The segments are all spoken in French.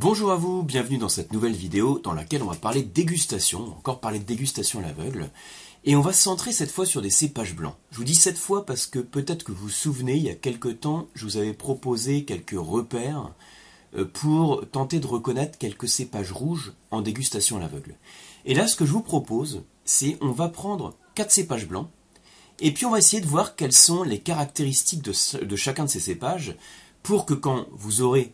Bonjour à vous, bienvenue dans cette nouvelle vidéo dans laquelle on va parler de dégustation, encore parler de dégustation à l'aveugle, et on va se centrer cette fois sur des cépages blancs. Je vous dis cette fois parce que peut-être que vous vous souvenez, il y a quelques temps, je vous avais proposé quelques repères pour tenter de reconnaître quelques cépages rouges en dégustation à l'aveugle. Et là, ce que je vous propose, c'est on va prendre 4 cépages blancs, et puis on va essayer de voir quelles sont les caractéristiques de chacun de ces cépages, pour que quand vous aurez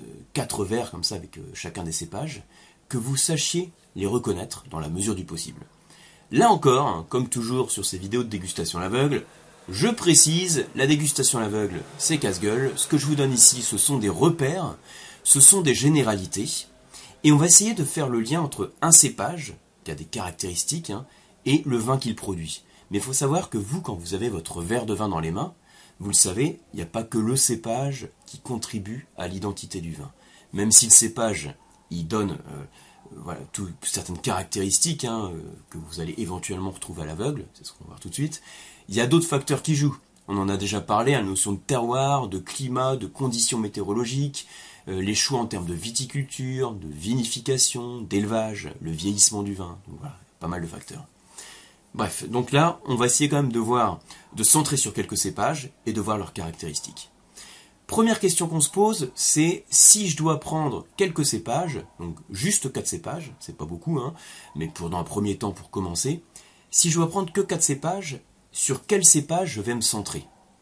4 verres comme ça avec chacun des cépages, que vous sachiez les reconnaître dans la mesure du possible. Là encore, hein, comme toujours sur ces vidéos de dégustation à l'aveugle, je précise, la dégustation à l'aveugle, c'est casse-gueule. Ce que je vous donne ici, ce sont des repères, ce sont des généralités, et on va essayer de faire le lien entre un cépage, qui a des caractéristiques, hein, et le vin qu'il produit. Mais il faut savoir que vous, quand vous avez votre verre de vin dans les mains, vous le savez, il n'y a pas que le cépage qui contribue à l'identité du vin. Même si le cépage, il donne certaines caractéristiques que vous allez éventuellement retrouver à l'aveugle, c'est ce qu'on va voir tout de suite, il y a d'autres facteurs qui jouent. On en a déjà parlé, la notion de terroir, de climat, de conditions météorologiques, les choix en termes de viticulture, de vinification, d'élevage, le vieillissement du vin, donc voilà, pas mal de facteurs. Bref, donc là, on va essayer quand même de centrer sur quelques cépages et de voir leurs caractéristiques. Première question qu'on se pose, c'est si je dois prendre quelques cépages, donc juste 4 cépages, c'est pas beaucoup, hein, mais dans un premier temps pour commencer, si je dois prendre que 4 cépages, sur quel cépage je vais me centrer?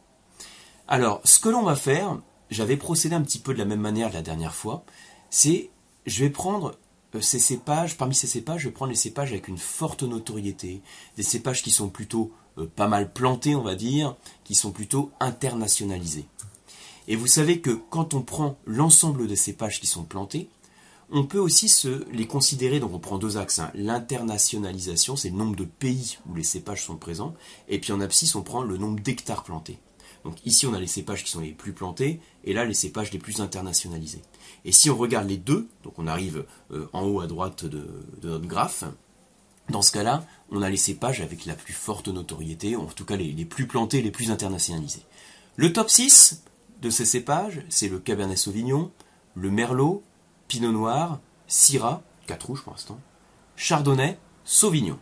Alors, ce que l'on va faire, j'avais procédé un petit peu de la même manière la dernière fois, c'est je vais prendre ces cépages, parmi ces cépages, je vais prendre les cépages avec une forte notoriété, des cépages qui sont plutôt pas mal plantés, on va dire, qui sont plutôt internationalisés. Et vous savez que quand on prend l'ensemble des cépages qui sont plantés, on peut aussi les considérer, donc on prend deux axes, hein. L'internationalisation, c'est le nombre de pays où les cépages sont présents, et puis en abscisse, on prend le nombre d'hectares plantés. Donc ici, on a les cépages qui sont les plus plantés, et là, les cépages les plus internationalisés. Et si on regarde les deux, donc on arrive en haut à droite de notre graphe, dans ce cas-là, on a les cépages avec la plus forte notoriété, en tout cas les plus plantés, les plus internationalisés. Le top 6 de ces cépages, c'est le Cabernet Sauvignon, le Merlot, Pinot Noir, Syrah, 4 rouges pour l'instant, Chardonnay, Sauvignon.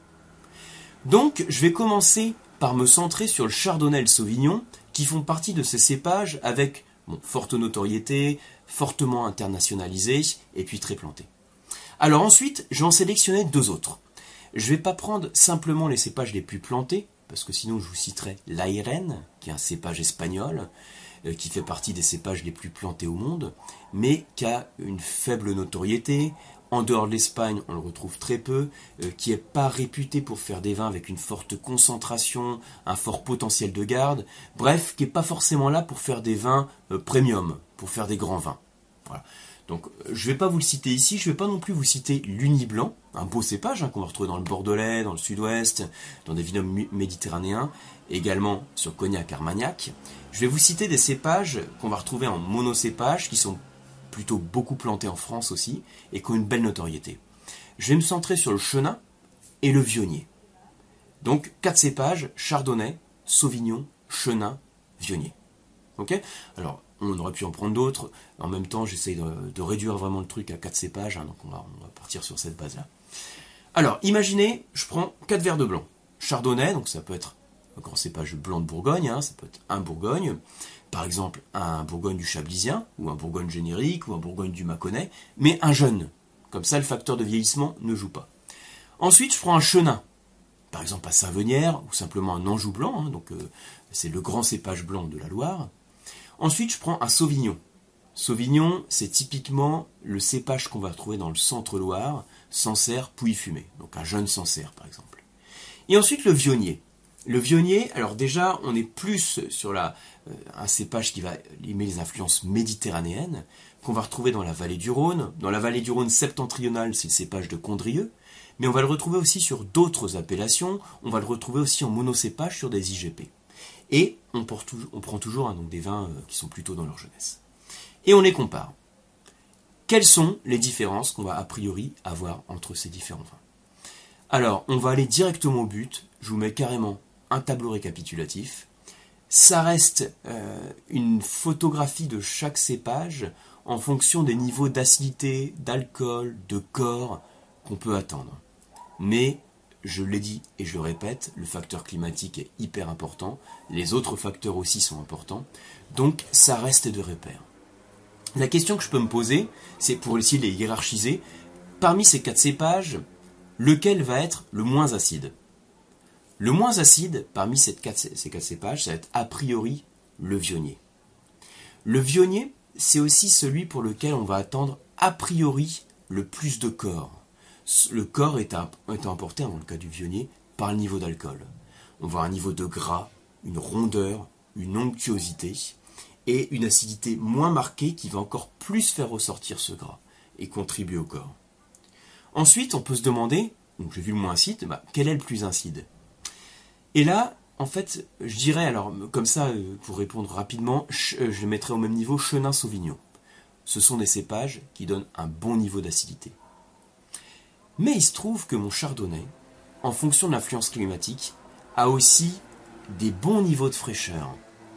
Donc, je vais commencer par me centrer sur le Chardonnay et le Sauvignon, qui font partie de ces cépages avec forte notoriété, fortement internationalisés, et puis très plantés. Alors ensuite, je vais en sélectionner 2 autres. Je ne vais pas prendre simplement les cépages les plus plantés, parce que sinon je vous citerai l'Airén, qui est un cépage espagnol, qui fait partie des cépages les plus plantés au monde, mais qui a une faible notoriété. En dehors de l'Espagne, on le retrouve très peu, qui n'est pas réputé pour faire des vins avec une forte concentration, un fort potentiel de garde, bref, qui n'est pas forcément là pour faire des vins premium, pour faire des grands vins. Voilà. Donc, je ne vais pas vous le citer ici, je ne vais pas non plus vous citer l'Uni Blanc, un beau cépage qu'on va retrouver dans le Bordelais, dans le Sud-Ouest, dans des vignobles méditerranéens, également sur Cognac, Armagnac. Je vais vous citer des cépages qu'on va retrouver en monocépage, qui sont plutôt beaucoup plantés en France aussi, et qui ont une belle notoriété. Je vais me centrer sur le Chenin et le Viognier. Donc, 4 cépages, Chardonnay, Sauvignon, Chenin, Viognier. Ok ? Alors, on aurait pu en prendre d'autres. En même temps, j'essaye de réduire vraiment le truc à 4 cépages, hein, donc on va partir sur cette base-là. Alors, imaginez, je prends 4 verres de blanc. Chardonnay, donc ça peut être un grand cépage blanc de Bourgogne, hein, ça peut être un Bourgogne, par exemple un Bourgogne du Chablisien, ou un Bourgogne générique, ou un Bourgogne du Mâconnais, mais un jeune. Comme ça, le facteur de vieillissement ne joue pas. Ensuite, je prends un Chenin, par exemple à Saint-Venière, ou simplement un Anjou blanc, hein, donc c'est le grand cépage blanc de la Loire. Ensuite, je prends un Sauvignon. Sauvignon, c'est typiquement le cépage qu'on va trouver dans le centre-Loire, Sancerre, Pouilly-Fumé, donc un jeune Sancerre par exemple. Et ensuite, le Viognier. Le Viognier, alors déjà, on est plus sur un cépage qui va aimer les influences méditerranéennes, qu'on va retrouver dans la vallée du Rhône. Dans la vallée du Rhône septentrionale, c'est le cépage de Condrieu, mais on va le retrouver aussi sur d'autres appellations, on va le retrouver aussi en monocépage sur des IGP. Et on prend toujours donc des vins qui sont plutôt dans leur jeunesse. Et on les compare. Quelles sont les différences qu'on va a priori avoir entre ces différents vins? Alors, on va aller directement au but. Je vous mets carrément un tableau récapitulatif. Ça reste une photographie de chaque cépage en fonction des niveaux d'acidité, d'alcool, de corps qu'on peut attendre. Mais, je l'ai dit et je le répète, le facteur climatique est hyper important, les autres facteurs aussi sont importants, donc ça reste de repères. La question que je peux me poser, c'est pour essayer de les hiérarchiser, parmi ces 4 cépages, lequel va être le moins acide? Le moins acide, parmi ces 4 cépages, ça va être a priori le vionnier. Le vionnier, c'est aussi celui pour lequel on va attendre a priori le plus de corps. Le corps est emporté, dans le cas du vionnier, par le niveau d'alcool. On va avoir un niveau de gras, une rondeur, une onctuosité et une acidité moins marquée qui va encore plus faire ressortir ce gras et contribuer au corps. Ensuite, on peut se demander, donc j'ai vu le moins acide, quel est le plus acide? Et là, en fait, je dirais, alors comme ça, pour répondre rapidement, je mettrais au même niveau Chenin-Sauvignon. Ce sont des cépages qui donnent un bon niveau d'acidité. Mais il se trouve que mon chardonnay, en fonction de l'influence climatique, a aussi des bons niveaux de fraîcheur.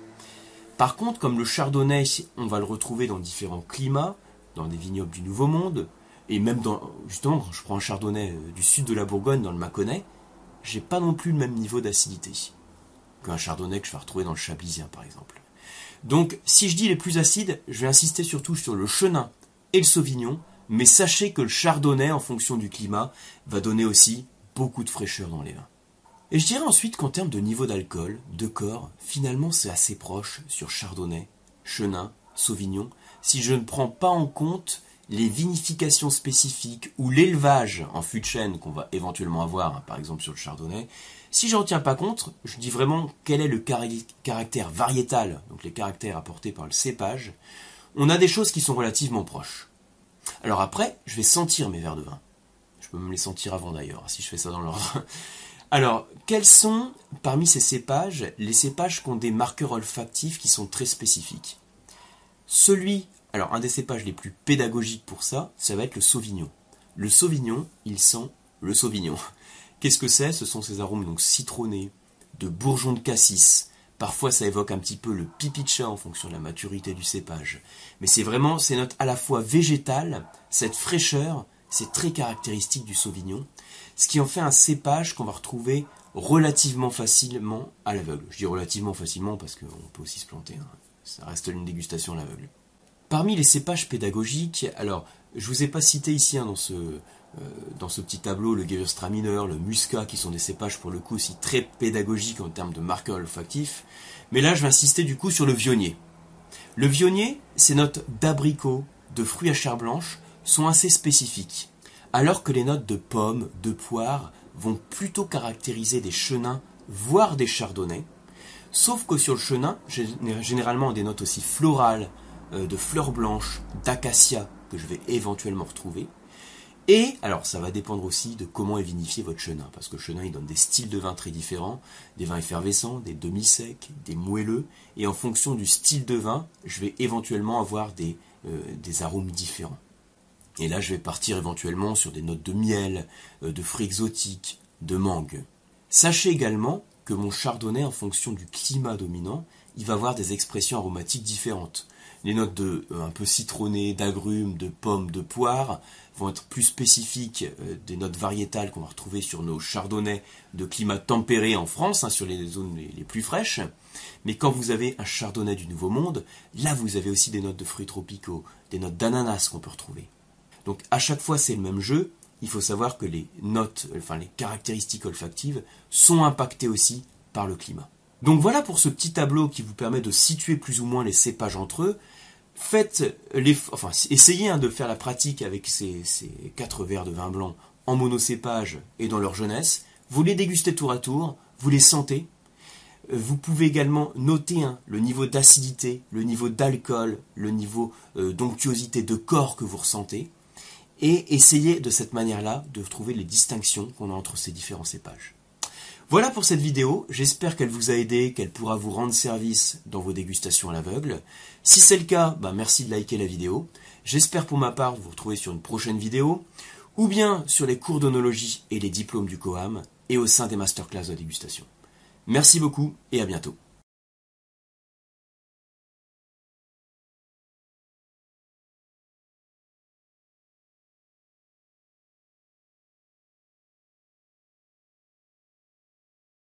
Par contre, comme le chardonnay, on va le retrouver dans différents climats, dans des vignobles du Nouveau Monde, et même justement, quand je prends un chardonnay du sud de la Bourgogne, dans le Mâconnais, j'ai pas non plus le même niveau d'acidité qu'un chardonnay que je vais retrouver dans le chablisien, par exemple. Donc, si je dis les plus acides, je vais insister surtout sur le chenin et le sauvignon, mais sachez que le chardonnay, en fonction du climat, va donner aussi beaucoup de fraîcheur dans les vins. Et je dirais ensuite qu'en termes de niveau d'alcool, de corps, finalement c'est assez proche sur chardonnay, chenin, sauvignon, si je ne prends pas en compte les vinifications spécifiques ou l'élevage en fût de chêne qu'on va éventuellement avoir, par exemple sur le chardonnay. Si j'en tiens pas compte, je dis vraiment quel est le caractère variétal, donc les caractères apportés par le cépage. On a des choses qui sont relativement proches. Alors après, je vais sentir mes verres de vin. Je peux même les sentir avant d'ailleurs, si je fais ça dans l'ordre. Alors, quels sont, parmi ces cépages, les cépages qui ont des marqueurs olfactifs qui sont très spécifiques? Alors un des cépages les plus pédagogiques pour ça, ça va être le sauvignon. Le sauvignon, il sent le sauvignon. Qu'est-ce que c'est? Ce sont ces arômes donc citronnés, de bourgeons de cassis. Parfois ça évoque un petit peu le pipi de chat en fonction de la maturité du cépage. Mais c'est vraiment ces notes à la fois végétales, cette fraîcheur, c'est très caractéristique du sauvignon, ce qui en fait un cépage qu'on va retrouver relativement facilement à l'aveugle. Je dis relativement facilement parce qu'on peut aussi se planter, hein. Ça reste une dégustation à l'aveugle. Parmi les cépages pédagogiques, alors je vous ai pas cité ici dans ce petit tableau le Gewürztraminer, le Muscat, qui sont des cépages pour le coup aussi très pédagogiques en termes de marqueurs olfactifs, mais là je vais insister du coup sur le vionnier. Le vionnier, ces notes d'abricot, de fruits à chair blanche sont assez spécifiques, alors que les notes de pommes, de poire vont plutôt caractériser des chenins, voire des chardonnays, sauf que sur le chenin, généralement des notes aussi florales, de fleurs blanches, d'acacia, que je vais éventuellement retrouver. Et, alors ça va dépendre aussi de comment est vinifié votre chenin, parce que le chenin il donne des styles de vin très différents, des vins effervescents, des demi-secs, des moelleux, et en fonction du style de vin, je vais éventuellement avoir des arômes différents. Et là je vais partir éventuellement sur des notes de miel, de fruits exotiques, de mangue. Sachez également que mon chardonnay, en fonction du climat dominant, il va avoir des expressions aromatiques différentes. Les notes un peu citronnées, d'agrumes, de pommes, de poire vont être plus spécifiques des notes variétales qu'on va retrouver sur nos chardonnays de climat tempéré en France, sur les zones les plus fraîches. Mais quand vous avez un chardonnay du Nouveau Monde, là vous avez aussi des notes de fruits tropicaux, des notes d'ananas qu'on peut retrouver. Donc à chaque fois c'est le même jeu, il faut savoir que les caractéristiques olfactives sont impactées aussi par le climat. Donc voilà pour ce petit tableau qui vous permet de situer plus ou moins les cépages entre eux. Essayez de faire la pratique avec ces 4 verres de vin blanc en monocépage et dans leur jeunesse. Vous les dégustez tour à tour, vous les sentez. Vous pouvez également noter le niveau d'acidité, le niveau d'alcool, le niveau d'onctuosité de corps que vous ressentez. Et essayez de cette manière-là de trouver les distinctions qu'on a entre ces différents cépages. Voilà pour cette vidéo, j'espère qu'elle vous a aidé, qu'elle pourra vous rendre service dans vos dégustations à l'aveugle. Si c'est le cas, merci de liker la vidéo. J'espère pour ma part vous retrouver sur une prochaine vidéo, ou bien sur les cours d'onologie et les diplômes du COAM, et au sein des masterclass de dégustation. Merci beaucoup et à bientôt.